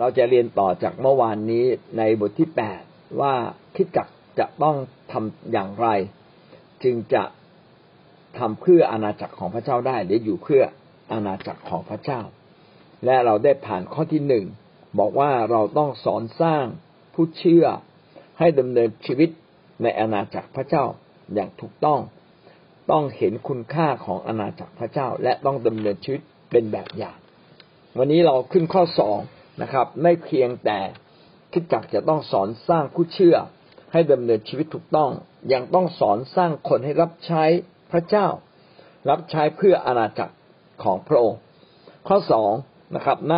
เราจะเรียนต่อจากเมื่อวานนี้ในบทที่8ว่าคริสตจักรจะต้องทำอย่างไรจึงจะทำเพื่ออาณาจักรของพระเจ้าได้หรืออยู่เพื่ออาณาจักรของพระเจ้าและเราได้ผ่านข้อที่1บอกว่าเราต้องสอนสร้างผู้เชื่อให้ดำเนินชีวิตในอาณาจักรพระเจ้าอย่างถูกต้องเห็นคุณค่าของอาณาจักรพระเจ้าและต้องดำเนินชีวิตเป็นแบบอย่างวันนี้เราขึ้นข้อ2นะครับไม่เพียงแต่คริสตจักรจะต้องสอนสร้างผู้เชื่อให้ดำเนินชีวิตถูกต้องยังต้องสอนสร้างคนให้รับใช้พระเจ้ารับใช้เพื่ออาณาจักรของพระองค์ข้อ2นะครับหน้า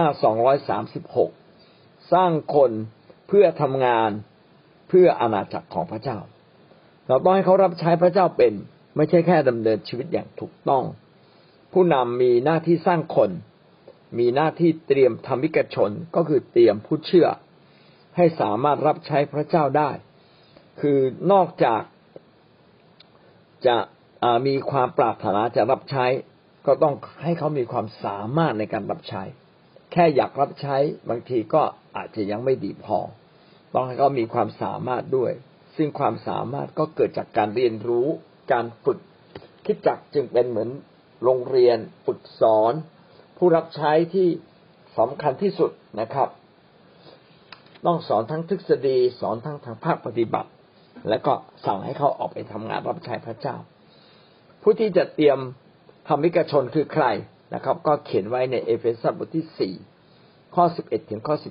236สร้างคนเพื่อทำงานเพื่ออาณาจักรของพระเจ้าเราต้องให้เขารับใช้พระเจ้าเป็นไม่ใช่แค่ดำเนินชีวิตอย่างถูกต้องผู้นำมีหน้าที่สร้างคนมีหน้าที่เตรียมธรรมิกชนก็คือเตรียมผู้เชื่อให้สามารถรับใช้พระเจ้าได้คือนอกจากจะมีความปรารถนาจะรับใช้ก็ต้องให้เขามีความสามารถในการรับใช้แค่อยากรับใช้บางทีก็อาจจะยังไม่ดีพอต้องให้เขามีความสามารถด้วยซึ่งความสามารถก็เกิดจากการเรียนรู้การฝึกคริสตจักรจึงเป็นเหมือนโรงเรียนฝึกสอนผู้รับใช้ที่สำคัญที่สุดนะครับต้องสอนทั้งทฤษฎีสอนทั้งทางภาคปฏิบัติและก็สั่งให้เขาออกไปทำงานรับใช้พระเจ้าผู้ที่จะเตรียมธรรมิกชนคือใครนะครับก็เขียนไว้ในเอเฟซัสบทที่4ข้อ11ถึงข้อ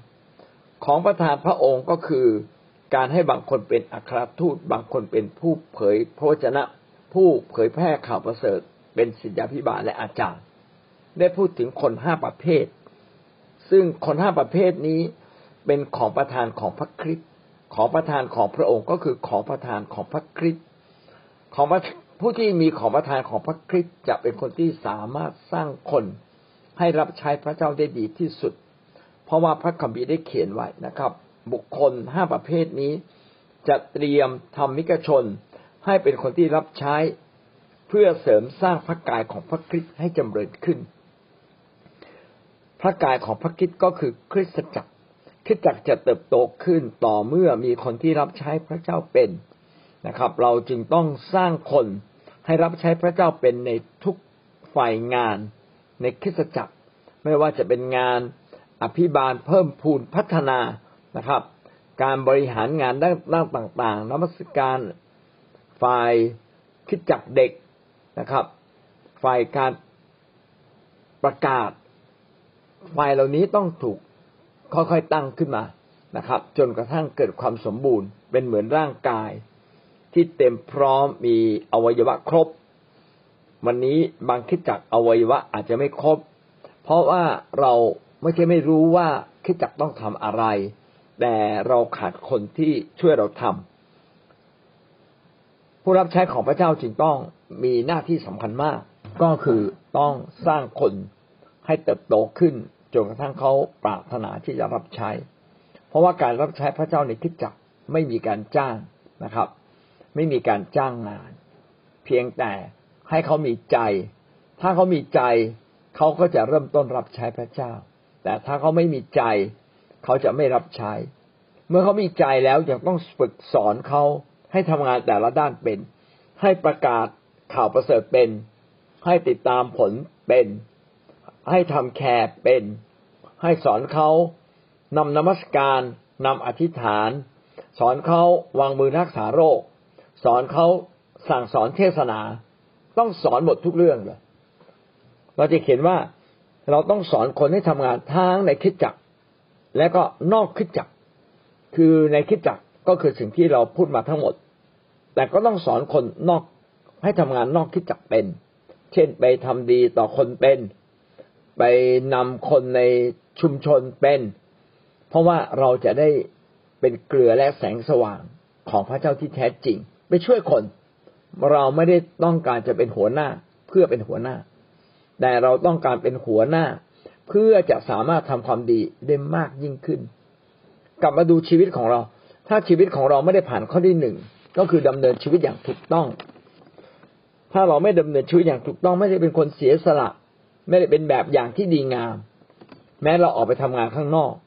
13ของประทานพระองค์ก็คือการให้บางคนเป็นอัครทูตบางคนเป็นผู้เผยพระวจนะผู้เผยแพร่ข่าวประเสริฐเป็นศิษยาภิบาลและอาจารย์ได้พูดถึงคน5ประเภทซึ่งคน5ประเภทนี้เป็นของประทานของพระคริสต์ของประทานของพระองค์ก็คือของประทานของพระคริสต์ของผู้ที่มีของประทานของพระคริสต์จะเป็นคนที่สามารถสร้างคนให้รับใช้พระเจ้าได้ดีที่สุดเพราะว่าพระคัมภีร์ได้เขียนไว้นะครับบุคคล5ประเภทนี้จะเตรียมธรรมิกชนให้เป็นคนที่รับใช้เพื่อเสริมสร้างพระกายของพระคริสต์ให้จำเริญขึ้นพระกายของพระคริสต์ก็คือคริสตจักรคริสตจักรจะเติบโตขึ้นต่อเมื่อมีคนที่รับใช้พระเจ้าเป็นนะครับเราจึงต้องสร้างคนให้รับใช้พระเจ้าเป็นในทุกฝ่ายงานในคริสตจักรไม่ว่าจะเป็นงานอภิบาลเพิ่มพูนพัฒนานะครับการบริหารงานด้านต่างๆนมัสการฝ่ายคริสตจักรเด็กนะครับฝ่ายการประกาศฝ่ายเหล่านี้ต้องถูกค่อยๆตั้งขึ้นมานะครับจนกระทั่งเกิดความสมบูรณ์เป็นเหมือนร่างกายที่เต็มพร้อมมีอวัยวะครบวันนี้บางคริสตจักรอวัยวะอาจจะไม่ครบเพราะว่าเราไม่รู้ว่าคริสตจักรต้องทำอะไรแต่เราขาดคนที่ช่วยเราทำผู้รับใช้ของพระเจ้าจึงต้องมีหน้าที่สำคัญมากก็คือต้องสร้างคนให้เติบโตขึ้นจนกระทั่งเขาปรารถนาที่จะรับใช้เพราะว่าการรับใช้พระเจ้าในคริสตจักรไม่มีการจ้างนะครับไม่มีการจ้างงานเพียงแต่ให้เขามีใจถ้าเขามีใจเขาก็จะเริ่มต้นรับใช้พระเจ้าแต่ถ้าเขาไม่มีใจเขาจะไม่รับใช้เมื่อเขามีใจแล้วยังต้องฝึกสอนเขาให้ทำงานแต่ละด้านเป็นให้ประกาศข่าวประเสริฐเป็นให้ติดตามผลเป็นให้ทำแคร์เป็นให้สอนเขานำนมัสการนำอธิษฐานสอนเขาวางมือรักษาโรคสอนเขาสั่งสอนเทศนาต้องสอนหมดทุกเรื่องเลยเราจะเห็นว่าเราต้องสอนคนให้ทำงานทั้งในคริสตจักรและก็นอกคริสตจักรคือในคริสตจักรก็คือสิ่งที่เราพูดมาทั้งหมดแต่ก็ต้องสอนคนนอกให้ทำงานนอกคริสตจักรเป็นเช่นไปทำดีต่อคนเป็นไปนำคนในชุมชนเป็นเพราะว่าเราจะได้เป็นเกลือและแสงสว่างของพระเจ้าที่แท้จริงไปช่วยคนเราไม่ได้ต้องการจะเป็นหัวหน้าเพื่อเป็นหัวหน้าแต่เราต้องการเป็นหัวหน้าเพื่อจะสามารถทำความดีได้มากยิ่งขึ้นกลับมาดูชีวิตของเราถ้าชีวิตของเราไม่ได้ผ่านข้อที่1ก็คือดำเนินชีวิตอย่างถูกต้องถ้าเราไม่ดำเนินชีวิตอย่างถูกต้องไม่ได้เป็นคนเสียสละไม่ได้เป็นแบบอย่างที่ดีงามแม้เราออกไปทำงานข้างนอก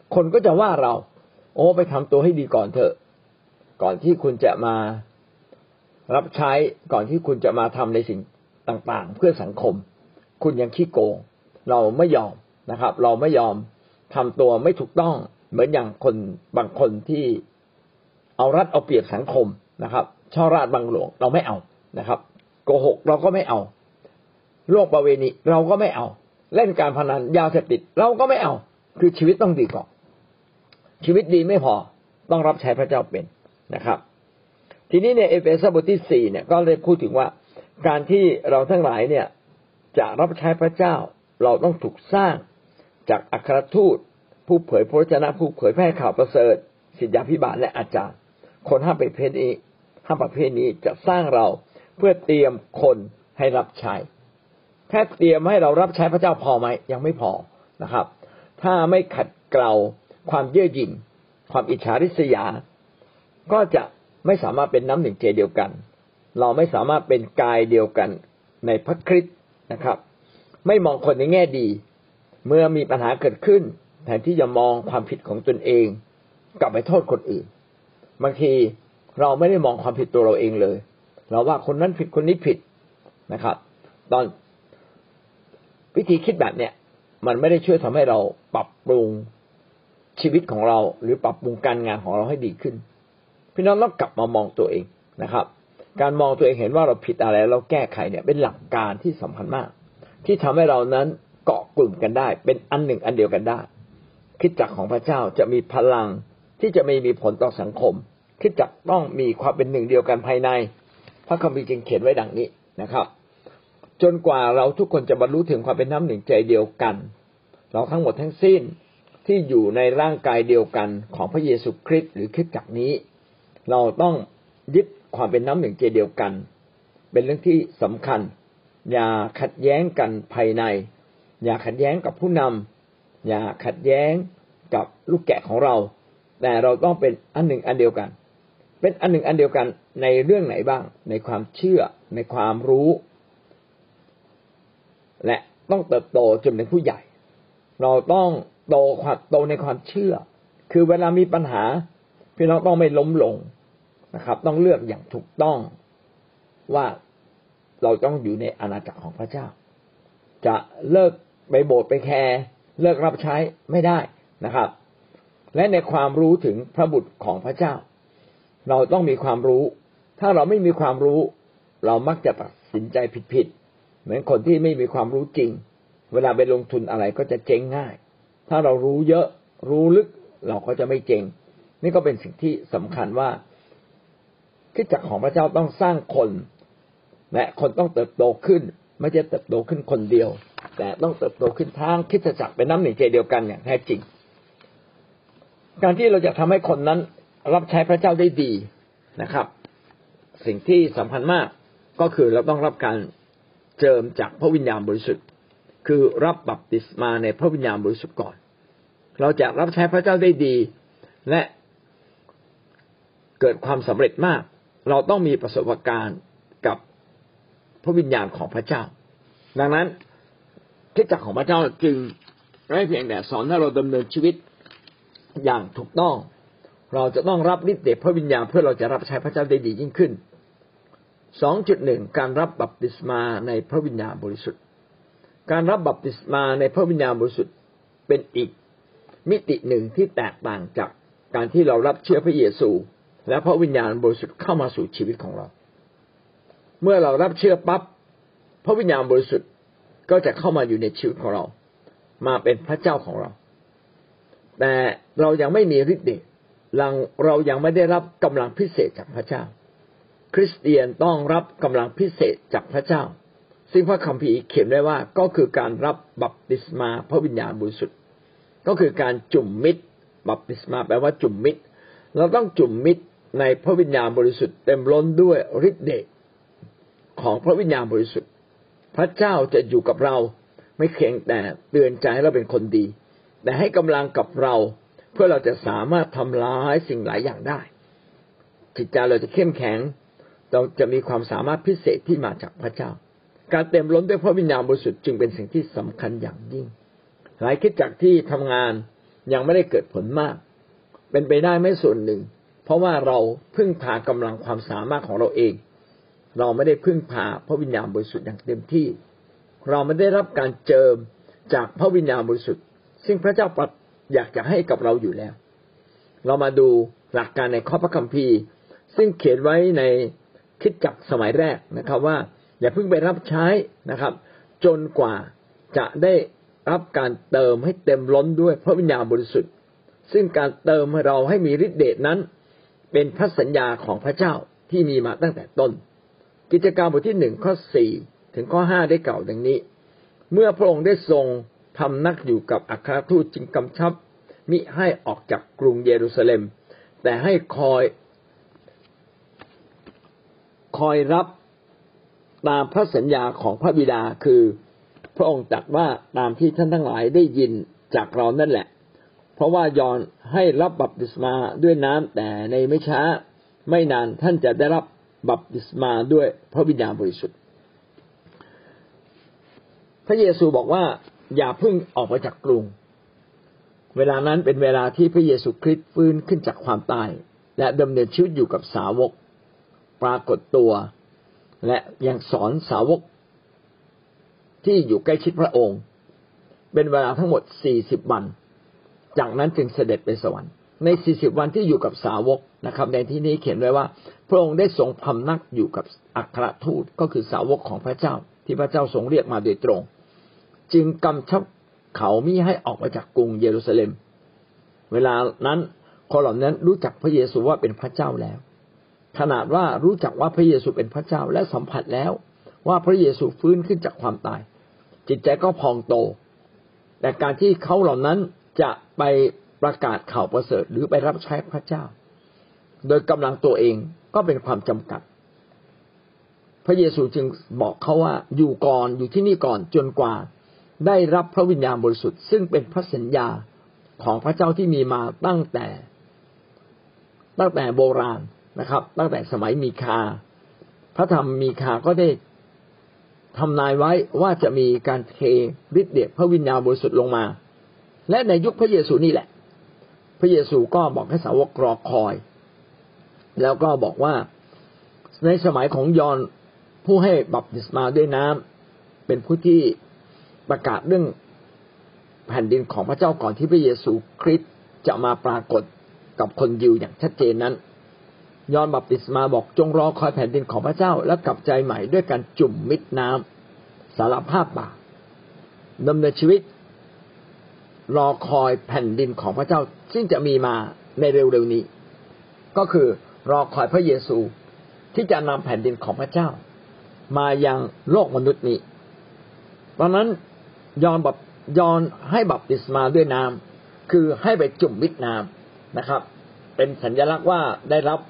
คนก็จะว่าเราโอ้ไปทำตัวให้ดีก่อนเถอะก่อนที่คุณจะมารับใช้ก่อนที่คุณจะมาทำในสิ่งต่างๆเพื่อสังคมคุณยังขี้โกงเราไม่ยอมนะครับเราไม่ยอมทำตัวไม่ถูกต้องเหมือนอย่างคนบางคนที่เอารัดเอาเปรียบสังคมนะครับช่อราชบังหลวงเราไม่เอานะครับโกหกเราก็ไม่เอาล่วงประเวณีเราก็ไม่เอาเล่นการพนันยาเสพติดเราก็ไม่เอาคือชีวิตต้องดีก่อนชีวิตดีไม่พอต้องรับใช้พระเจ้าเป็นนะครับทีนี้ในเอเฟซัสบทที่4เนี่ยก็เลยพูดถึงว่าการที่เราทั้งหลายเนี่ยจะรับใช้พระเจ้าเราต้องถูกสร้างจากอัครทูตผู้เผยพระวจนะผู้เผยแพร่ข่าวประเสริฐศิษยาภิบาลและอาจารย์คน5ประเภทนี้จะสร้างเราเพื่อเตรียมคนให้รับใช้แค่เตรียมให้เรารับใช้พระเจ้าพอไหมยังไม่พอนะครับถ้าไม่ขัดเกลาความเย่อหยิ่งความอิจฉาริษยาก็จะไม่สามารถเป็นน้ำหนึ่งใจเดียวกันเราไม่สามารถเป็นกายเดียวกันในพระคริสต์นะครับไม่มองคนในแง่ดีเมื่อมีปัญหาเกิดขึ้นแทนที่จะมองความผิดของตนเองกลับไปโทษคนอื่นบางทีเราไม่ได้มองความผิดตัวเราเองเลยเราว่าคนนั้นผิดคนนี้ผิดนะครับตอนวิธีคิดแบบเนี้ยมันไม่ได้ช่วยทำให้เราปรับปรุงชีวิตของเราหรือปรับปรุงการงานของเราให้ดีขึ้นพี่น้องต้องกลับมามองตัวเองนะครับการมองตัวเองเห็นว่าเราผิดอะไรเราแก้ไขเนี่ยเป็นหลักการที่สำคัญมากที่ทำให้เรานั้นเกาะกลุ่มกันได้เป็นอันหนึ่งอันเดียวกันได้คริสตจักรของพระเจ้าจะมีพลังที่จะไม่มีผลต่อสังคมคริสตจักรต้องมีความเป็นหนึ่งเดียวกันภายในพระคัมภีร์จึงเขียนไว้ดังนี้นะครับจนกว่าเราทุกคนจะบรรลุถึงความเป็นน้ำหนึ่งใจเดียวกันเราทั้งหมดทั้งสิ้นที่อยู่ในร่างกายเดียวกันของพระเยซูคริสต์หรือคริสตจักรนี้เราต้องยึดความเป็นน้ำหนึ่งใจเดียวกันเป็นเรื่องที่สำคัญอย่าขัดแย้งกันภายในอย่าขัดแย้งกับผู้นำอย่าขัดแย้งกับลูกแกะของเราแต่เราต้องเป็นอันหนึ่งอันเดียวกันเป็นอันหนึ่งอันเดียวกันในเรื่องไหนบ้างในความเชื่อในความรู้และต้องเติบโตจนเป็นผู้ใหญ่เราต้องโตในความเชื่อคือเวลามีปัญหาพี่น้องต้องไม่ล้มลงนะครับต้องเลือกอย่างถูกต้องว่าเราต้องอยู่ในอาณาจักรของพระเจ้าจะเลิกไปโบสถ์ไปแคร์เลิกรับใช้ไม่ได้นะครับและในความรู้ถึงพระบุตรของพระเจ้าเราต้องมีความรู้ถ้าเราไม่มีความรู้เรามักจะตัดสินใจผิดๆเหมือนคนที่ไม่มีความรู้จริงเวลาไปลงทุนอะไรก็จะเจ๊งง่ายถ้าเรารู้เยอะรู้ลึกเราก็จะไม่เจ๊งนี่ก็เป็นสิ่งที่สำคัญว่าคริสตจักรของพระเจ้าต้องสร้างคนและคนต้องเติบโตขึ้นไม่ใช่เติบโตขึ้นคนเดียวแต่ต้องเติบโตขึ้นทางคริสตจักรเป็นน้ำหนึ่งใจเดียวกันอย่างแท้จริงการที่เราจะทำให้คนนั้นรับใช้พระเจ้าได้ดีนะครับสิ่งที่สำคัญมากก็คือเราต้องรับการเจิมจากพระวิญญาณบริสุทธิ์คือรับบัพติศมาในพระวิญญาณบริสุทธิ์ก่อนเราจะรับใช้พระเจ้าได้ดีและเกิดความสำเร็จมากเราต้องมีประสบการณ์กับพระวิญญาณของพระเจ้าดังนั้นคริสตจักรของพระเจ้าจึงไม่เพียงแต่สอนให้เราดำเนินชีวิตอย่างถูกต้องเราจะต้องรับฤทธิ์เดชพระวิญญาณเพื่อเราจะรับใช้พระเจ้าได้ดียิ่งขึ้น 2.1 การรับบัพติศมาในพระวิญญาณบริสุทธิ์การรับบัพติศมาในพระวิญญาณบริสุทธิ์เป็นอีกมิติหนึ่งที่แตกต่างจากการที่เรารับเชื่อพระเยซูและพระวิญญาณบริสุทธิ์เข้ามาสู่ชีวิตของเราเมื่อเรารับเชื่อปั๊บพระวิญญาณบริสุทธิ์ก็จะเข้ามาอยู่ในชีวิตของเรามาเป็นพระเจ้าของเราแต่เรายังไม่มีฤทธิ์เดชเรายังไม่ได้รับกำลังพิเศษจากพระเจ้าคริสเตียนต้องรับกำลังพิเศษจากพระเจ้าซึ่งพระคัมภีร์เขียนไว้ว่าก็คือการรับบัพติศมาพระวิญญาณบริสุทธิ์ก็คือการจุ่มมิตรบัพติศมาแปลว่าจุ่มมิตรเราต้องจุ่มมิตรในพระวิญญาณบริสุทธิ์เต็มล้นด้วยฤทธิ์เดชของพระวิญญาณบริสุทธิ์พระเจ้าจะอยู่กับเราไม่เพียงแต่เตือนใจให้เราเป็นคนดีแต่ให้กำลังกับเราเพื่อเราจะสามารถทำร้ายสิ่งหลายอย่างได้จิตใจเราจะเข้มแข็งเราจะมีความสามารถพิเศษที่มาจากพระเจ้าการเต็มล้นด้วยพระวิญญาณบริสุทธิ์จึงเป็นสิ่งที่สำคัญอย่างยิ่งหลายคริสตจักรที่ทำงานยังไม่ได้เกิดผลมากเป็นไปได้ไม่ส่วนหนึ่งเพราะว่าเราพึ่งพากำลังความสามารถของเราเองเราไม่ได้พึ่งพาพระวิญญาณบริสุทธิ์อย่างเต็มที่เราไม่ได้รับการเจิมจากพระวิญญาณบริสุทธิ์ซึ่งพระเจ้าอยากจะให้กับเราอยู่แล้วเรามาดูหลักการในข้อพระคัมภีร์ซึ่งเขียนไว้ในคริสตจักรสมัยแรกนะครับว่าอย่าเพิ่งไปรับใช้นะครับจนกว่าจะได้รับการเติมให้เต็มล้นด้วยพระวิญญาณบริสุทธิ์ซึ่งการเติมให้เราให้มีฤทธิ์เดชนั้นเป็นพระสัญญาของพระเจ้าที่มีมาตั้งแต่ต้นกิจการบทที่1ข้อ4ถึงข้อ5ได้กล่าวดังนี้เมื่อพระองค์ได้ทรงพำนักอยู่กับอัครทูตจึงกำชับมิให้ออกจากกรุงเยรูซาเล็มแต่ให้คอยรับตามพระสัญญาของพระบิดาคือพระองค์ตรัสว่าตามที่ท่านทั้งหลายได้ยินจากเรานั่นแหละเพราะว่ายอห์นให้รับบัพติศมาด้วยน้ำแต่ในไม่ช้าไม่นานท่านจะได้รับบัพติศมาด้วยพระวิญญาณบริสุทธิ์พระเยซูบอกว่าอย่าเพิ่งออกไปจากกรุงเวลานั้นเป็นเวลาที่พระเยซูคริสต์ฟื้นขึ้นจากความตายและดำเนินชีวิตอยู่กับสาวกปรากฏตัวและยังสอนสาวกที่อยู่ใกล้ชิดพระองค์เป็นเวลาทั้งหมด40วันจากนั้นจึงเสด็จไปสวรรค์ใน40วันที่อยู่กับสาวกนะครับในที่นี้เขียนไว้ว่าพระองค์ได้ทรงพำนักอยู่กับอัครทูตก็คือสาวกของพระเจ้าที่พระเจ้าทรงเรียกมาโดยตรงจึงกำชับเขามิให้ออกมาจากกรุงเยรูซาเล็มเวลานั้นคนเหล่านั้นรู้จักพระเยซูว่าเป็นพระเจ้าแล้วขนาดว่ารู้จักว่าพระเยซูเป็นพระเจ้าและสัมผัสแล้วว่าพระเยซูฟื้นขึ้นจากความตายจิตใจก็พองโตแต่การที่เขาเหล่านั้นจะไปประกาศข่าวประเสริฐหรือไปรับใช้พระเจ้าโดยกำลังตัวเองก็เป็นความจำกัดพระเยซูจึงบอกเขาว่าอยู่ก่อนอยู่ที่นี่ก่อนจนกว่าได้รับพระวิญญาณบริสุทธิ์ซึ่งเป็นพระสัญญาของพระเจ้าที่มีมาตั้งแต่โบราณนะครับตั้งแต่สมัยมีคาพระธรรมมีคาก็ได้ทำนายไว้ว่าจะมีการเทฤทธิ์เดชพระวิญญาณบริสุทธิ์ลงมาและในยุคพระเยซูนี่แหละพระเยซูก็บอกให้สาวกรอคอยแล้วก็บอกว่าในสมัยของยอห์นผู้ให้บัพติศมาด้วยน้ำเป็นผู้ที่ประกาศเรื่องแผ่นดินของพระเจ้าก่อนที่พระเยซูคริสต์จะมาปรากฏกับคนยิวอย่างชัดเจนนั้นยอห์นบัพติศมาบอกจงรอคอยแผ่นดินของพระเจ้าและกลับใจใหม่ด้วยการจุ่มมิดน้ำสารภาพบาปดำเนินชีวิตรอคอยแผ่นดินของพระเจ้าซึ่งจะมีมาในเร็วๆนี้ก็คือรอคอยพระเยซูที่จะนำแผ่นดินของพระเจ้ามายังโลกมนุษย์นี้ตอนนั้นยอห์นให้บัพติศมาด้วยน้ำคือให้ไปจุ่มมิดน้ำนะครับเป็นสัญลักษณ์ว่าได้รับ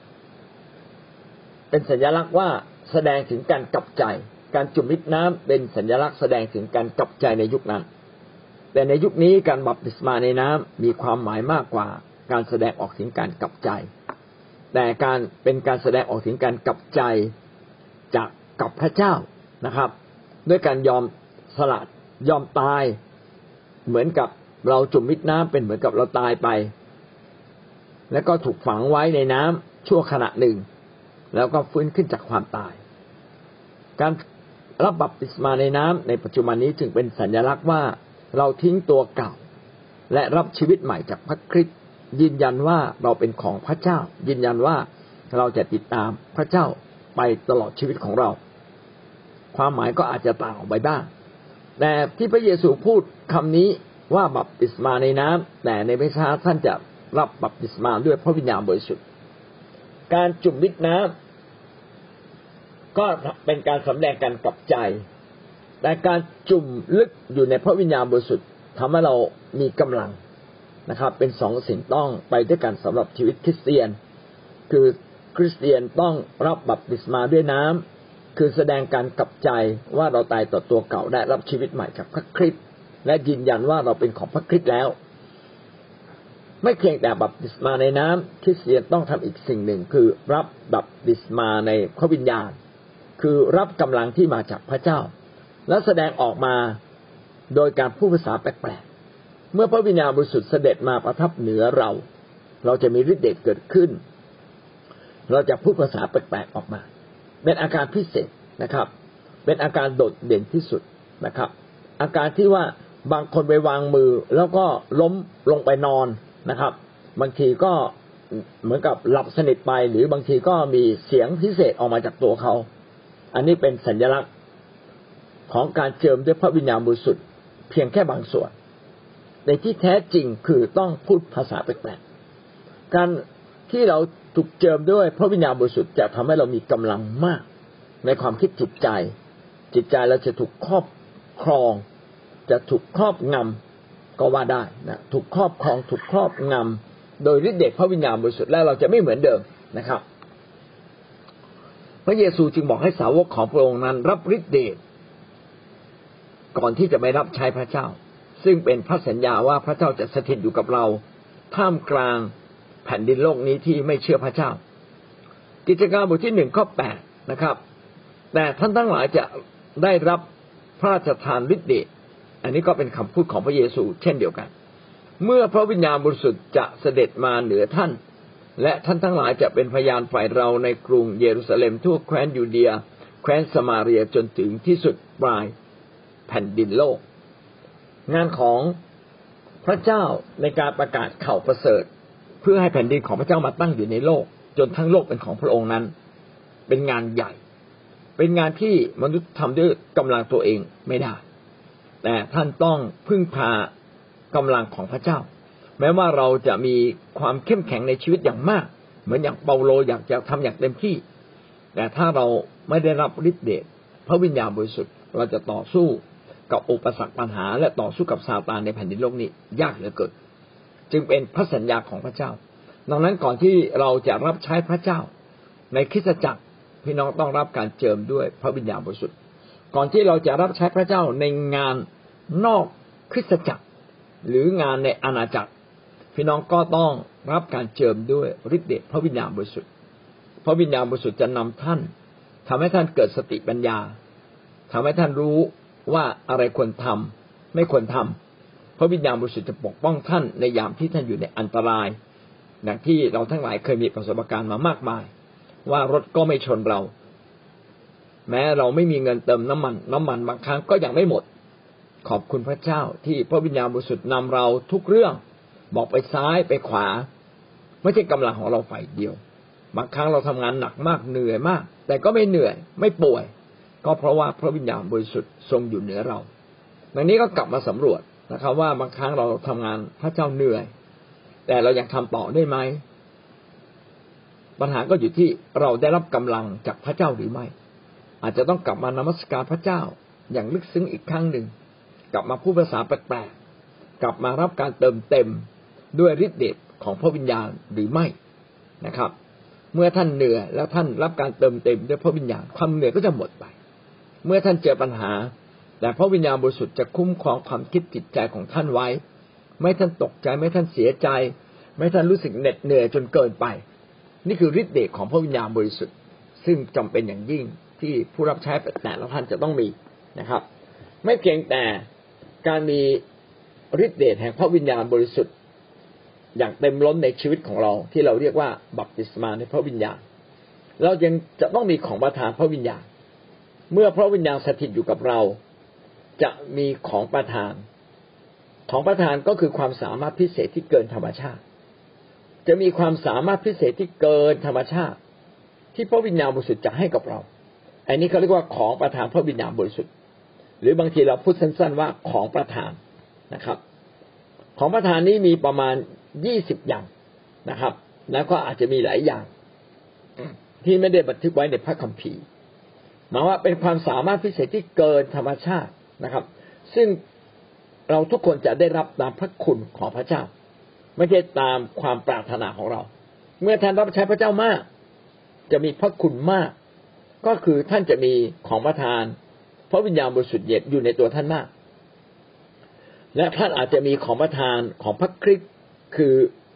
เป็นสัญลักษณ์ว่าแสดงถึงการกลับใจการจุ่มมิดน้ำเป็นสัญลักษณ์แสดงถึงการกลับใจในยุคนั้นแต่ในยุคนี้การบัพติศมาในน้ำมีความหมายมากกว่าการแสดงออกถึงการกลับใจแต่การเป็นการแสดงออกถึงการกลับใจจากกับพระเจ้านะครับด้วยการยอมสละยอมตายเหมือนกับเราจุ่มมิดน้ำเป็นเหมือนกับเราตายไปแล้วก็ถูกฝังไว้ในน้ำชั่วขณะหนึ่งแล้วก็ฟื้นขึ้นจากความตายการรับบัพติศมาในน้ำในปัจจุบันนี้จึงเป็นสัญลักษณ์ว่าเราทิ้งตัวเก่าและรับชีวิตใหม่จากพระคริสต์ยืนยันว่าเราเป็นของพระเจ้ายืนยันว่าเราจะติดตามพระเจ้าไปตลอดชีวิตของเราความหมายก็อาจจะต่างออกไปบ้างแต่ที่พระเยซูพูดคำนี้ว่าบัพติศมาในน้ำแต่ในไม่ช้าท่านจะรับบัพติศมาด้วยพระวิญญาณบริสุทธิ์การจุ่มมิดน้ำก็เป็นการสำแดงการกลับใจแต่การจุ่มลึกอยู่ในพระวิญญาณบริสุทธิ์ทำให้เรามีกำลังนะครับเป็นสองสิ่งต้องไปด้วยกันสำหรับชีวิตคริสเตียนคือคริสเตียนต้องรับบัพติศมาด้วยน้ำคือแสดงการกลับใจว่าเราตายต่อตัวเก่าได้รับชีวิตใหม่จากพระคริสต์และยืนยันว่าเราเป็นของพระคริสต์แล้วไม่เพียงแต่บัพติศมาในน้ำคริสเตียนต้องทำอีกสิ่งหนึ่งคือรับบัพติศมาในพระวิญญาณคือรับกำลังที่มาจากพระเจ้าและแสดงออกมาโดยการพูดภาษาแปลกเมื่อพระวิญญาณบริสุทธิ์เสด็จมาประทับเหนือเราจะมีฤทธิ์เดชเกิดขึ้นเราจะพูดภาษาแปลกๆออกมาเป็นอาการพิเศษนะครับเป็นอาการโดดเด่นที่สุดนะครับอาการที่ว่าบางคนไปวางมือแล้วก็ล้มลงไปนอนนะครับบางทีก็เหมือนกับหลับสนิทไปหรือบางทีก็มีเสียงพิเศษออกมาจากตัวเขาอันนี้เป็นสัญลักษณ์ของการเจิมด้วยพระวิญญาณบริสุทธิ์เพียงแค่บางส่วนในที่แท้จริงคือต้องพูดภาษาแปลกๆการที่เราถูกเจิมด้วยพระวิญญาณบริสุทธิ์จะทำให้เรามีกำลังมากในความคิดจิตใจเราจะถูกครอบครองจะถูกครอบงำก็ว่าได้นะถูกครอบครองถูกครอบงำโดยฤทธิ์เดชพระวิญญาณบริสุทธิ์แล้วเราจะไม่เหมือนเดิมนะครับพระเยซูจึงบอกให้สาวกของพระองค์นั้นรับฤทธิ์เดชก่อนที่จะไม่รับใช้พระเจ้าซึ่งเป็นพระสัญญาว่าพระเจ้าจะสถิตอยู่กับเราท่ามกลางแผ่นดินโลกนี้ที่ไม่เชื่อพระเจ้ากิจการบทที่1ข้อ8นะครับแต่ท่านทั้งหลายจะได้รับพระราชทานฤทธิ์เดชอันนี้ก็เป็นคำพูดของพระเยซูเช่นเดียวกันเมื่อพระวิญญาณบริสุทธิ์จะเสด็จมาเหนือท่านและท่านทั้งหลายจะเป็นพยานฝ่ายเราในกรุงเยรูซาเล็มทั่วแคว้นยูเดียแคว้นสมาเรียจนถึงที่สุดปลายแผ่นดินโลกงานของพระเจ้าในการประกาศข่าวประเสริฐเพื่อให้แผ่นดินของพระเจ้ามาตั้งอยู่ในโลกจนทั้งโลกเป็นของพระองค์นั้นเป็นงานใหญ่เป็นงานที่มนุษย์ทำด้วยกำลังตัวเองไม่ได้แต่ท่านต้องพึ่งพากำลังของพระเจ้าแม้ว่าเราจะมีความเข้มแข็งในชีวิตอย่างมากเหมือนอย่างเปาโลอยากจะทำอย่างเต็มที่แต่ถ้าเราไม่ได้รับฤทธิ์เดชพระวิญญาณบริสุทธิ์เราจะต่อสู้กับอุปสรรคปัญหาและต่อสู้กับซาตานในแผ่นดินโลกนี้ยากเหลือเกินจึงเป็นพระสัญญาของพระเจ้าดังนั้นก่อนที่เราจะรับใช้พระเจ้าในคริสตจักรพี่น้องต้องรับการเจิมด้วยพระวิญญาณบริสุทธิ์ก่อนที่เราจะรับใช้พระเจ้าในงานนอกคริสตจักรหรืองานในอาณาจักรพี่น้องก็ต้องรับการเจิมด้วยฤทธิ์เดชพระวิญญาณบริสุทธิ์พระวิญญาณบริสุทธิ์จะนำท่านทำให้ท่านเกิดสติปัญญาทำให้ท่านรู้ว่าอะไรควรทำไม่ควรทำพระวิญญาณบริสุทธิ์จะปกป้องท่านในยามที่ท่านอยู่ในอันตรายอย่างที่เราทั้งหลายเคยมีประสบการณ์มามากมายว่ารถก็ไม่ชนเราแม้เราไม่มีเงินเติมน้ำมันบางครั้งก็ยังไม่หมดขอบคุณพระเจ้าที่พระวิญญาณบริสุทธิ์นำเราทุกเรื่องบอกไปซ้ายไปขวาไม่ใช่กำลังของเราฝ่ายเดียวบางครั้งเราทำงานหนักมากเหนื่อยมากแต่ก็ไม่เหนื่อยไม่ป่วยก็เพราะว่าพระวิญญาณบริสุทธิ์ทรงอยู่เหนือเราดังนี้ก็กลับมาสำรวจนะครับว่าบางครั้งเราทำงานพระเจ้าเหนื่อยแต่เรายังทำต่อได้ไหมปัญหาก็อยู่ที่เราได้รับกำลังจากพระเจ้าหรือไม่อาจจะต้องกลับมานมัสการพระเจ้าอย่างลึกซึ้งอีกครั้งหนึ่งกลับมาพูดภาษาแปลกๆกลับมารับการเติมเต็มด้วยฤทธิ์เดชของพระวิญญาณหรือไม่นะครับเมื่อท่านเหนื่อยแล้วท่านรับการเติมเต็มด้วยพระวิญญาณความเหนื่อยก็จะหมดไปเมื่อท่านเจอปัญหาแต่พระวิญญาณบริสุทธิ์จะคุ้มครองความคิดจิตใจของท่านไว้ไม่ท่านตกใจไม่ท่านเสียใจไม่ท่านรู้สึกเหน็ดเหนื่อยจนเกินไปนี่คือฤทธิ์เดชของพระวิญญาณบริสุทธิ์ซึ่งจำเป็นอย่างยิ่งที่ผู้รับใช้แต่ละท่านจะต้องมีนะครับไม่เพียงแต่การมีฤทธิ์เดชแห่งพระวิญญาณบริสุทธิ์อย่างเต็มล้นในชีวิตของเราที่เราเรียกว่าบัพติศมาในพระวิญญาณเรายังจะต้องมีของประทานพระวิญญาณเมื่อพระวิญญาณสถิตอยู่กับเราจะมีของประทานก็คือความสามารถพิเศษที่เกินธรรมชาติจะมีความสามารถพิเศษที่เกินธรรมชาติที่พระวิญญาณบริสุทธิ์จะให้กับเราอันนี้เขาเรียกว่าของประทานพระวิญญาณบริสุทธิ์หรือบางทีเราพูดสั้นๆว่าของประทานนะครับของประทานนี้มีประมาณ20อย่างนะครับแล้วก็อาจจะมีหลายอย่างที่ไม่ได้บันทึกไว้ในพระคัมภีร์หมายว่าเป็นความสามารถพิเศษที่เกินธรรมชาตินะครับซึ่งเราทุกคนจะได้รับตามพระคุณของพระเจ้าไม่ใช่ตามความปรารถนาของเราเมื่อท่านรับใช้พระเจ้ามากจะมีพระคุณมากก็คือท่านจะมีของประทานพระวิญญาณบริสุทธิ์อยู่ในตัวท่านมากและท่านอาจจะมีของประทานของพระคริสต์คือ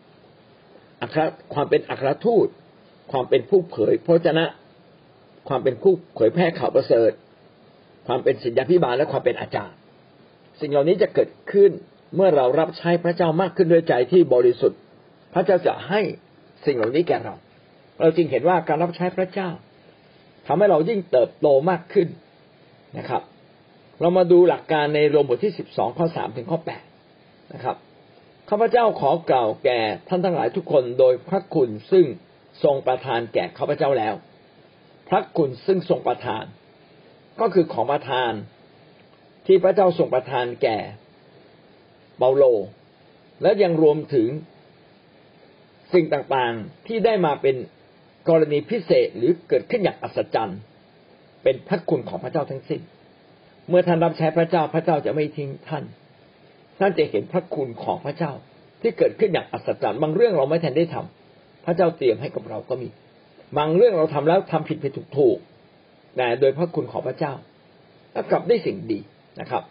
ความเป็นอัครทูตความเป็นผู้เผยพระวจนะความเป็นผู้เผยแพร่ข่าวประเสริฐความเป็นศิษยาภิบาลและความเป็นอาจารย์สิ่งเหล่านี้จะเกิดขึ้นเมื่อเรารับใช้พระเจ้ามากขึ้นด้วยใจที่บริสุทธิ์พระเจ้าจะให้สิ่งเหล่านี้แก่เราจึงเห็นว่าการรับใช้พระเจ้าทำให้เรายิ่งเติบโตมากขึ้นนะครับเรามาดูหลักการในโรมบทที่12ข้อ3ถึงข้อ8นะครับข้าพเจ้าขอกล่าวแก่ท่านทั้งหลายทุกคนโดยพระคุณซึ่งทรงประทานแก่ข้าพเจ้าแล้วพระคุณซึ่งทรงประทานก็คือของประทานที่พระเจ้าทรงประทานแก่เปาโลและยังรวมถึงสิ่งต่างๆที่ได้มาเป็นกรณีพิเศษหรือเกิดขึ้นอย่างอัศจรรย์เป็นพระคุณของพระเจ้าทั้งสิ้นเมื่อท่านรับใช้พระเจ้าพระเจ้าจะไม่ทิ้งท่านจะเห็นพระคุณของพระเจ้าที่เกิดขึ้นอย่างอัศจรรย์บางเรื่องเราไม่ทันได้ทำพระเจ้าเตรียมให้กับเราก็มีบางเรื่องเราทำแล้วทำผิดไปถูกแต่โดยพระคุณของพระเจ้าแล้วกลับได้สิ่งดีนะครับ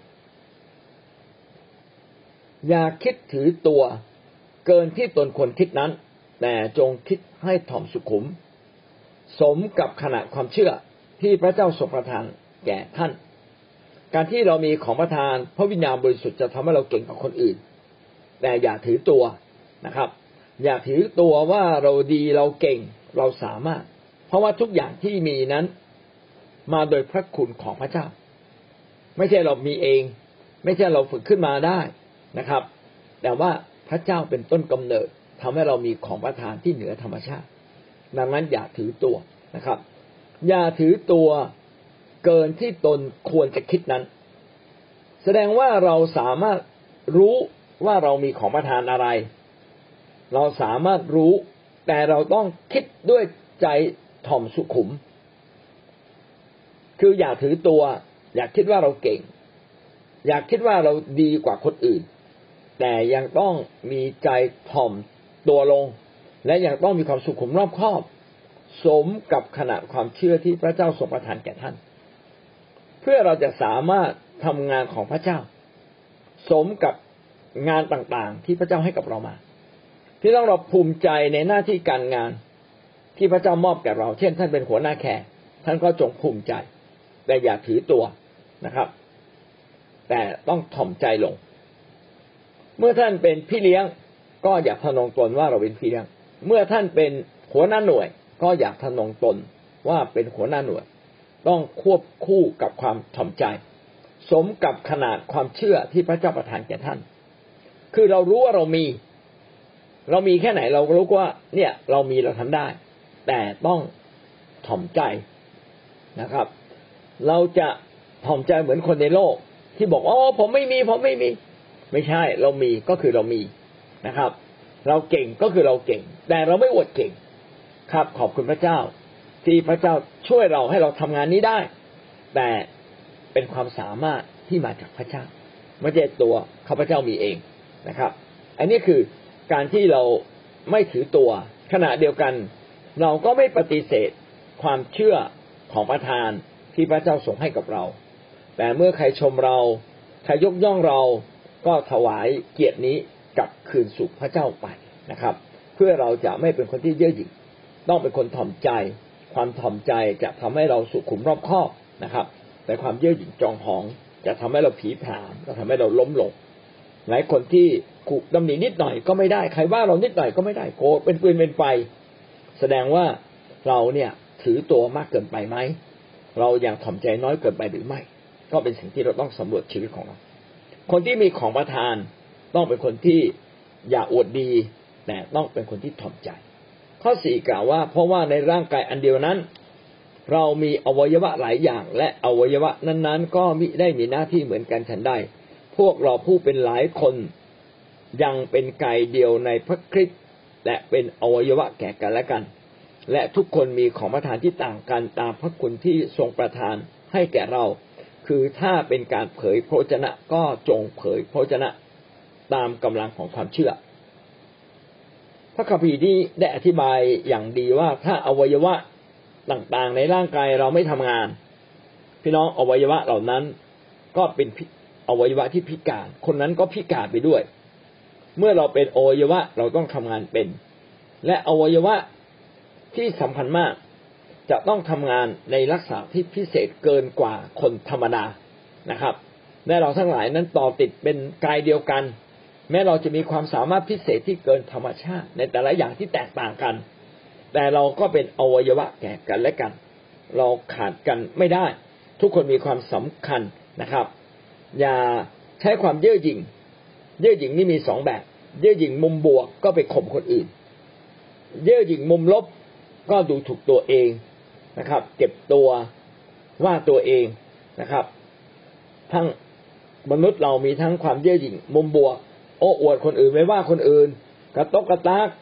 อย่าคิดถือตัวเกินที่ตนควรคิดนั้นแต่จงคิดให้ถ่อมสุขุมสมกับขนาดความเชื่อที่พระเจ้าทรงประทานแก่ท่านการที่เรามีของประทานพระวิญญาณบริสุทธิ์จะทำให้เราเก่งกว่าคนอื่นแต่อย่าถือตัวนะครับอย่าถือตัวว่าเราดีเราเก่งเราสามารถเพราะว่าทุกอย่างที่มีนั้นมาโดยพระคุณของพระเจ้าไม่ใช่เรามีเองไม่ใช่เราฝึกขึ้นมาได้นะครับแต่ว่าพระเจ้าเป็นต้นกำเนิดทำให้เรามีของประทานที่เหนือธรรมชาติดังนั้นอย่าถือตัวนะครับอย่าถือตัวเกินที่ตนควรจะคิดนั้นแสดงว่าเราสามารถรู้ว่าเรามีของประทานอะไรเราสามารถรู้แต่เราต้องคิดด้วยใจถ่อมสุขุมคืออย่าถือตัวอยากคิดว่าเราเก่งอยากคิดว่าเราดีกว่าคนอื่นแต่ยังต้องมีใจถ่อมตัวลงและยังต้องมีความสุขุมรอบคอบสมกับขนาดความเชื่อที่พระเจ้าทรงประทานแก่ท่านเพื่อเราจะสามารถทำงานของพระเจ้าสมกับงานต่างๆที่พระเจ้าให้กับเรามาที่เราภูมิใจในหน้าที่การงานที่พระเจ้ามอบแก่เราเช่นท่านเป็นหัวหน้าแขกท่านก็จงภูมิใจแต่อย่าถือตัวนะครับแต่ต้องถ่อมใจลงเมื่อท่านเป็นพี่เลี้ยงก็อย่าทะนงตนว่าเราเป็นพี่เลี้ยงเมื่อท่านเป็นหัวหน้าหน่วยก็อย่าทะนงตนว่าเป็นหัวหน้าหน่วยต้องควบคู่กับความถ่อมใจสมกับขนาดความเชื่อที่พระเจ้าประทานแก่ท่านคือเรารู้ว่าเรามีแค่ไหนเรารู้ว่าเนี่ยเรามีเราทำได้แต่ต้องถ่อมใจนะครับเราจะถ่อมใจเหมือนคนในโลกที่บอกอ๋อผมไม่มีไม่ใช่เรามีก็คือเรามีนะครับเราเก่งก็คือเราเก่งแต่เราไม่อวดเก่งครับขอบคุณพระเจ้าที่พระเจ้าช่วยเราให้เราทำงานนี้ได้แต่เป็นความสามารถที่มาจากพระเจ้าไม่ใช่ตัวข้าพเจ้ามีเองนะครับอันนี้คือการที่เราไม่ถือตัวขณะเดียวกันเราก็ไม่ปฏิเสธความเชื่อของประทานที่พระเจ้าส่งให้กับเราแต่เมื่อใครชมเราใครยกย่องเราก็ถวายเกียรตินี้กลับคืนสู่พระเจ้าไปนะครับเพื่อเราจะไม่เป็นคนที่เย่อหยิ่งต้องเป็นคนถ่อมใจความถ่อมใจจะทำให้เราสุขุมรอบคอบนะครับแต่ความเย่อหยิ่งจองหองจะทำให้เราผีผามจะทำให้เราล้มลงหลายคนที่ขู่ดำหนินิดหน่อยก็ไม่ได้ใครว่าเรานิดหน่อยก็ไม่ได้โกรธเป็นปืนเป็นไฟแสดงว่าเราเนี่ยถือตัวมากเกินไปไหมเรายังถ่อมใจน้อยเกินไปหรือไม่ก็เป็นสิ่งที่เราต้องสำรวจชีวิตของเราคนที่มีของประทานต้องเป็นคนที่อย่าอวดดีแต่ต้องเป็นคนที่ถ่อมใจข้อ4กล่าวว่าเพราะว่าในร่างกายอันเดียวนั้นเรามีอวัยวะหลายอย่างและอวัยวะนั้นๆก็มิได้มีหน้าที่เหมือนกันฉันใดพวกเราผู้เป็นหลายคนยังเป็นกายเดียวในพระคริสต์และเป็นอวัยวะแก่กันและกันและทุกคนมีของประทานที่ต่างกันตามพระคุณที่ทรงประทานให้แก่เราคือถ้าเป็นการเผยพระวจนะก็จงเผยพระวจนะตามกำลังของความเชื่อพระคัมภีร์นี้ได้อธิบายอย่างดีว่าถ้าอวัยวะต่างๆในร่างกายเราไม่ทำงานพี่น้องอวัยวะเหล่านั้นก็เป็นอวัยวะที่พิการคนนั้นก็พิการไปด้วยเมื่อเราเป็นอวัยวะเราต้องทำงานเป็นและอวัยวะที่สำคัญมากจะต้องทำงานในลักษณะที่พิเศษเกินกว่าคนธรรมดานะครับและเราทั้งหลายนั้นต่อติดเป็นกายเดียวกันแม้เราจะมีความสามารถพิเศษที่เกินธรรมชาติในแต่ละอย่างที่แตกต่างกันแต่เราก็เป็นอวัยวะแก่กันและกันเราขาดกันไม่ได้ทุกคนมีความสำคัญนะครับอย่าใช้ความเย่อหยิ่งนี่มี2แบบเย่อหยิ่งมุมบวกก็ไปข่มคนอื่นเย่อหยิ่งมุมลบก็ดูถูกตัวเองนะครับเก็บตัวว่าตัวเองนะครับทั้งมนุษย์เรามีทั้งความเย่อหยิ่งมุมบวกโอ้อวดคนอื่นไม่ว่าคนอื่นกระตกกระตาก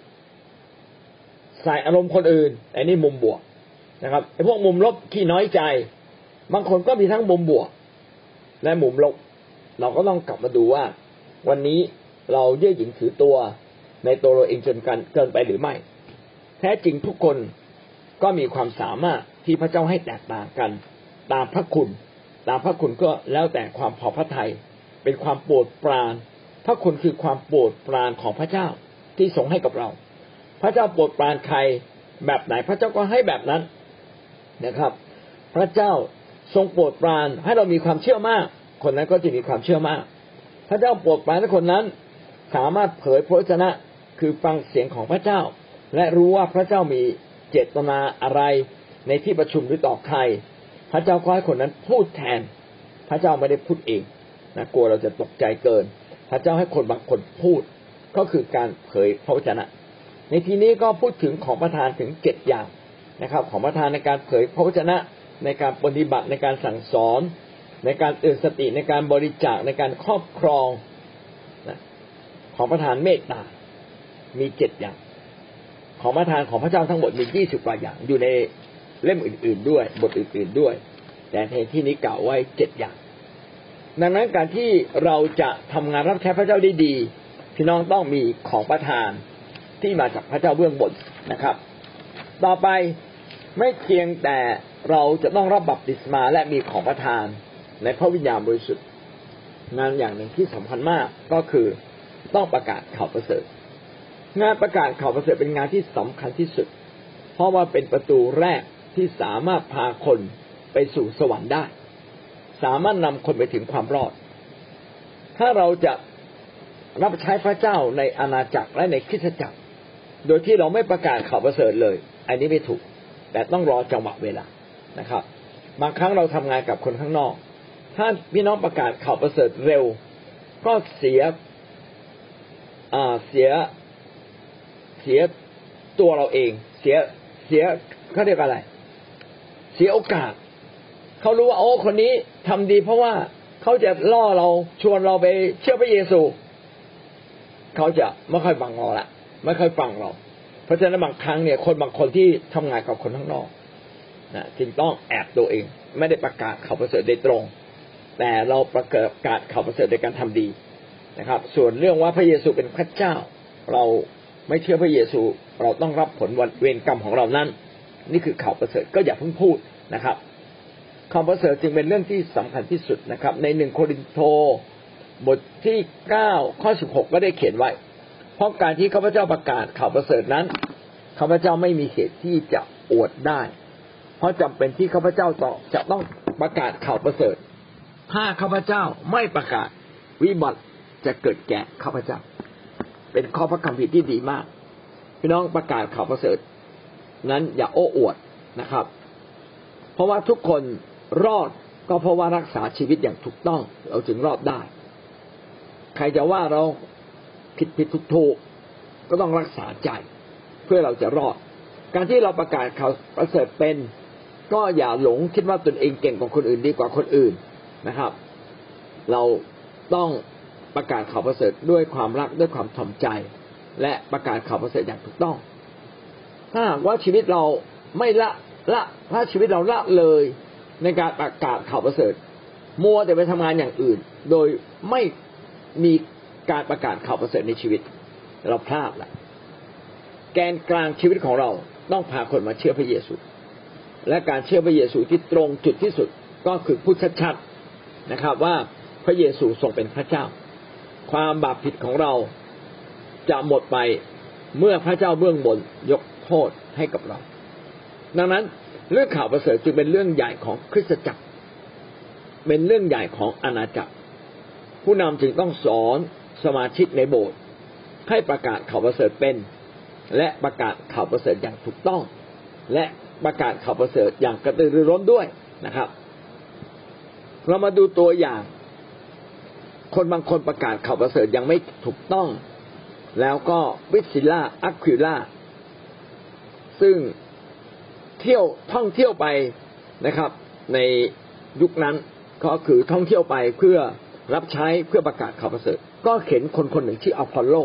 ใส่อารมณ์คนอื่นอันนี้มุมบวกนะครับไอ้พวกมุมลบขี้น้อยใจบางคนก็มีทั้งมุมบวกและมุมลบเราก็ต้องกลับมาดูว่าวันนี้เราเย่อหยิ่งถือตัวในตัวเราเองจนเกินไปหรือไม่แท้จริงทุกคนก็มีความสามารถที่พระเจ้าให้แตกต่างกันตามพระคุณก็แล้วแต่ความพอพระทัยเป็นความโปรดปรานพระคุณคือความโปรดปรานของพระเจ้าที่ทรงให้กับเราพระเจ้าโปรดปรานใครแบบไหนพระเจ้าก็ให้แบบนั้นนะครับพระเจ้าทรงโปรดปรานให้เรามีความเชื่อมากคนนั้นก็จะมีความเชื่อมากพระเจ้าโปรดปรานให้คนนั้นสามารถเผยพระวจนะคือฟังเสียงของพระเจ้าและรู้ว่าพระเจ้ามีเจตนาอะไรในที่ประชุมหรือต่อใครพระเจ้าก็ให้คนนั้นพูดแทนพระเจ้าไม่ได้พูดเองนะกลัวเราจะตกใจเกินพระเจ้าให้คนบางคนพูดก็คือการเผยพระวจนะในที่นี้ก็พูดถึงของประทานถึง7อย่างนะครับของประทานในการเผยพระวจนะในการปฏิบัติในการสั่งสอนในการเตือนสติในการบริจาคในการครอบครองของประทานเมตตามี7อย่างของประทานของพระเจ้าทั้งหมดมี20กว่าอย่างอยู่ในเล่มอื่นๆด้วยบทอื่นๆด้วยแต่ในที่นี้กล่าวไว้7อย่างดังนั้นการที่เราจะทำงานรับใช้พระเจ้าได้ดีพี่น้องต้องมีของประทานที่มาจากพระเจ้าเบื้องบนนะครับต่อไปไม่เพียงแต่เราจะต้องรับบัพติศมาและมีของประทานในพระวิญญาณบริสุทธิ์งานอย่างหนึ่งที่สำคัญมากก็คือต้องประกาศข่าวประเสริฐงานประกาศข่าวประเสริฐเป็นงานที่สำคัญที่สุดเพราะว่าเป็นประตูแรกที่สามารถพาคนไปสู่สวรรค์ได้สามารถนำคนไปถึงความรอดถ้าเราจะรับใช้พระเจ้าในอาณาจักรและในคริสตจักรโดยที่เราไม่ประกาศข่าวประเสริฐเลยอันนี้ไม่ถูกแต่ต้องรอจังหวะเวลานะครับบางครั้งเราทำงานกับคนข้างนอกถ้าพี่น้องประกาศข่าวประเสริฐเร็วก็เสียตัวเราเองเสียเขาเรียกอะไรเสียโอกาสเขารู้ว่าโอ้คนนี้ทำดีเพราะว่าเขาจะล่อเราชวนเราไปเชื่อพระเยซูเขาจะไม่ค่อยฟังเราละไม่ค่อยฟังเราเพราะฉะนั้นบางครั้งเนี่ยคนบางคนที่ทำงานกับคนข้างนอกนะจึงต้องแอบตัวเองไม่ได้ประกาศข่าวประเสริฐโดยตรงแต่เราประกาศข่าวประเสริฐโดยการทำดีนะครับส่วนเรื่องว่าพระเยซูเป็นพระเจ้าเราไม่เชื่อพระเยซูเราต้องรับผลเวรกรรมของเรานั้นนี่คือข่าวประเสริฐก็อย่าเพิ่งพูดนะครับข่าวประเสริฐจึงเป็นเรื่องที่สำคัญที่สุดนะครับใน1 โครินธ์บทที่9ข้อ16ก็ได้เขียนไว้เพราะการที่ข้าพเจ้าประกาศข่าวประเสริฐนั้นข้าพเจ้าไม่มีเหตุที่จะอวดได้เพราะจำเป็นที่ข้าพเจ้าจะต้องประกาศข่าวประเสริฐถ้าข้าพเจ้าไม่ประกาศวิบัติจะเกิดแก่ข้าพเจ้าเป็นข้อพระคัมภีร์ที่ดีมากพี่น้องประกาศข่าวประเสริฐนั้นอย่าโอ้อวดนะครับเพราะว่าทุกคนรอดก็เพราะว่ารักษาชีวิตอย่างถูกต้องเราจึงรอดได้ใครจะว่าเราผิดถูกก็ต้องรักษาใจเพื่อเราจะรอดการที่เราประกาศข่าวประเสริฐเป็นก็อย่าหลงคิดว่าตนเองเก่งกว่าคนอื่นดีกว่าคนอื่นนะครับเราต้องประกาศข่าวประเสริฐด้วยความรักด้วยความถ่อมใจและประกาศข่าวประเสริฐอย่างถูกต้องถ้าหากว่าชีวิตเราไม่ถ้าชีวิตเราละเลยในการประกาศข่าวประเสริฐมัวแต่ไปทำงานอย่างอื่นโดยไม่มีการประกาศข่าวประเสริฐในชีวิตเราพลาดละแกนกลางชีวิตของเราต้องพาคนมาเชื่อพระเยซูและการเชื่อพระเยซูที่ตรงจุดที่สุดก็คือพูดชัดๆนะครับว่าพระเยซูทรงเป็นพระเจ้าความบาปผิดของเราจะหมดไปเมื่อพระเจ้าเบื้องบนยกโทษให้กับเราดังนั้นเรื่องข่าวประเสริฐจึงเป็นเรื่องใหญ่ของคริสตจักรเป็นเรื่องใหญ่ของอาณาจักรผู้นำจึงต้องสอนสมาชิกในโบสถ์ให้ประกาศข่าวประเสริฐเป็นและประกาศข่าวประเสริฐอย่างถูกต้องและประกาศข่าวประเสริฐอย่างกระตือรือร้นด้วยนะครับเรามาดูตัวอย่างคนบางคนประกาศข่าวประเสริฐยังไม่ถูกต้องแล้วก็วิสิล่าอัควิล่าซึ่งท่องเที่ยวไปนะครับในยุคนั้นก็คือท่องเที่ยวไปเพื่อรับใช้เพื่อประกาศข่าวประเสริฐก็เห็นคนหนึ่งชื่ออพอลโล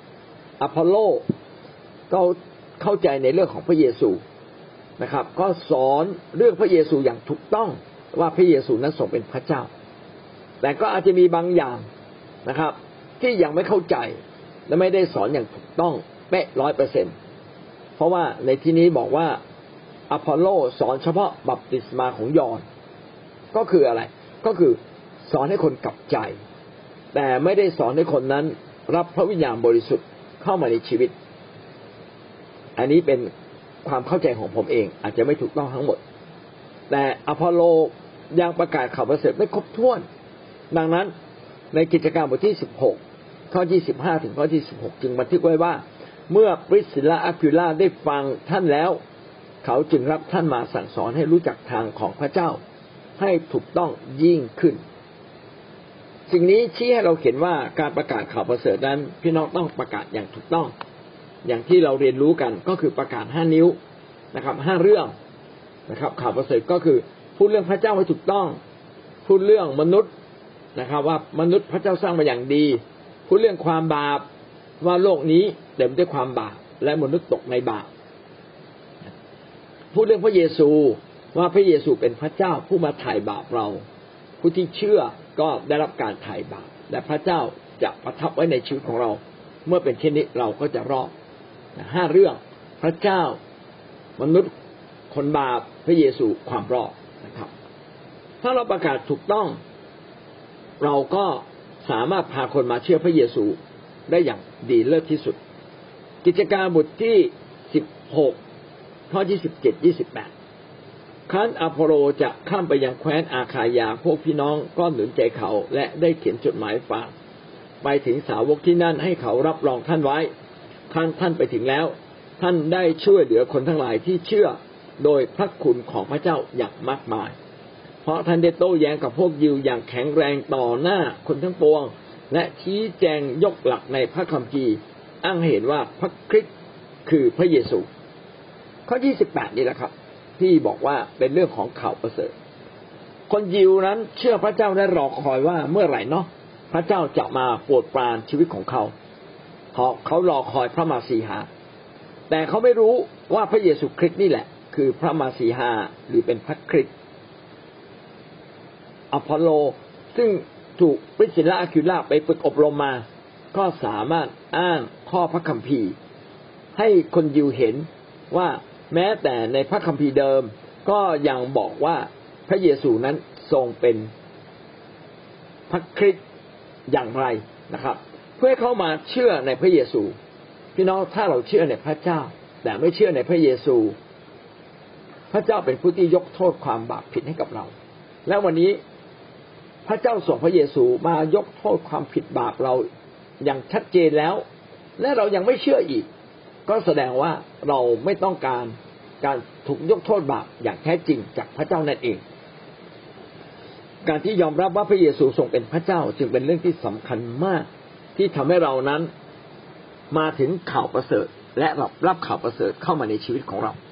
ก็เข้าใจในเรื่องของพระเยซูนะครับก็สอนเรื่องพระเยซูอย่างถูกต้องว่าพระเยซูนั้นทรงเป็นพระเจ้าแต่ก็อาจจะมีบางอย่างนะครับที่ยังไม่เข้าใจและไม่ได้สอนอย่างถูกต้องเป๊ะ 100% เพราะว่าในที่นี้บอกว่าอพอลโลสอนเฉพาะบัพติศมาของยอห์นก็คืออะไรก็คือสอนให้คนกลับใจแต่ไม่ได้สอนให้คนนั้นรับพระวิญญาณบริสุทธิ์เข้ามาในชีวิตอันนี้เป็นความเข้าใจของผมเองอาจจะไม่ถูกต้องทั้งหมดแต่อพอลโลยังประกาศข่าวประเสริฐไม่ครบถ้วนดังนั้นในกิจการบทที่16ข้อที่15ถึงข้อที่16จึงบันทึกไว้ว่าเมื่อปริสซิลลาอะควิลาได้ฟังท่านแล้วเขาจึงรับท่านมาสั่งสอนให้รู้จักทางของพระเจ้าให้ถูกต้องยิ่งขึ้นสิ่งนี้ชี้ให้เราเห็นว่าการประกาศข่าวประเสริฐนั้นพี่น้องต้องประกาศอย่างถูกต้องอย่างที่เราเรียนรู้กันก็คือประกาศ5นิ้วนะครับ5เรื่องนะครับข่าวประเสริฐก็คือพูดเรื่องพระเจ้าให้ถูกต้องพูดเรื่องมนุษย์นะครับว่ามนุษย์พระเจ้าสร้างมาอย่างดีพูดเรื่องความบาปว่าโลกนี้เต็มด้วยความบาปและมนุษย์ตกในบาปพูดเรื่องพระเยซูว่าพระเยซูเป็นพระเจ้าผู้มาไถ่บาปเราผู้ที่เชื่อก็ได้รับการไถ่บาปและพระเจ้าจะประทับไว้ในชีวิตของเราเมื่อเป็นเช่นนี้เราก็จะรอด5เรื่องพระเจ้ามนุษย์คนบาปพระเยซูความรอดนะครับถ้าเราประกาศถูกต้องเราก็สามารถพาคนมาเชื่อพระเยซูได้อย่างดีเลิศที่สุดกิจการบทที่16ข้อที่17-28ครั้นอโพโลจะข้ามไปยังแคว้นอาคายาพวกพี่น้องก็หนุนใจเขาและได้เขียนจดหมายฝากไปถึงสาวกที่นั่นให้เขารับรองท่านไว้ท่านไปถึงแล้วท่านได้ช่วยเหลือคนทั้งหลายที่เชื่อโดยพระคุณของพระเจ้าอย่างมากมายเพราะท่านได้โต้แย้งกับพวกยิวอย่างแข็งแรงต่อหน้าคนทั้งปวงและชี้แจงยกหลักในพระคัมภีร์อ้างให้เห็นว่าพระคริสต์คือพระเยซูข้อ28นี่แหละครับที่บอกว่าเป็นเรื่องของข่าวประเสริฐคนยิวนั้นเชื่อพระเจ้าและรอคอยว่าเมื่อไหร่เนาะพระเจ้าจะมาโปรดปรานชีวิตของเขาเขารอคอยพระมาสีหาแต่เขาไม่รู้ว่าพระเยซูคริสต์นี่แหละคือพระมาสีหาหรือเป็นพระคริสต์อพอลโลซึ่งถูกปริสซิลลาอะควิลาไปฝึกอบรมมาก็สามารถอ้างข้อพระคัมภีร์ให้คนยิวเห็นว่าแม้แต่ในพระคัมภีร์เดิมก็ยังบอกว่าพระเยซูนั้นทรงเป็นพระคริสต์อย่างไรนะครับเพื่อเข้ามาเชื่อในพระเยซูพี่น้องถ้าเราเชื่อในพระเจ้าแต่ไม่เชื่อในพระเยซูพระเจ้าเป็นผู้ที่ยกโทษความบาปผิดให้กับเราและวันนี้พระเจ้าส่งพระเยซูมายกโทษความผิดบาปเราอย่างชัดเจนแล้วและเรายังไม่เชื่ออีกก็แสดงว่าเราไม่ต้องการถูกยกโทษบาปอย่างแท้จริงจากพระเจ้านั่นเองการที่ยอมรับว่าพระเยซูทรงเป็นพระเจ้าจึงเป็นเรื่องที่สำคัญมากที่ทำให้เรานั้นมาถึงข่าวประเสริฐและรับข่าวประเสริฐเข้ามาในชีวิตของเรา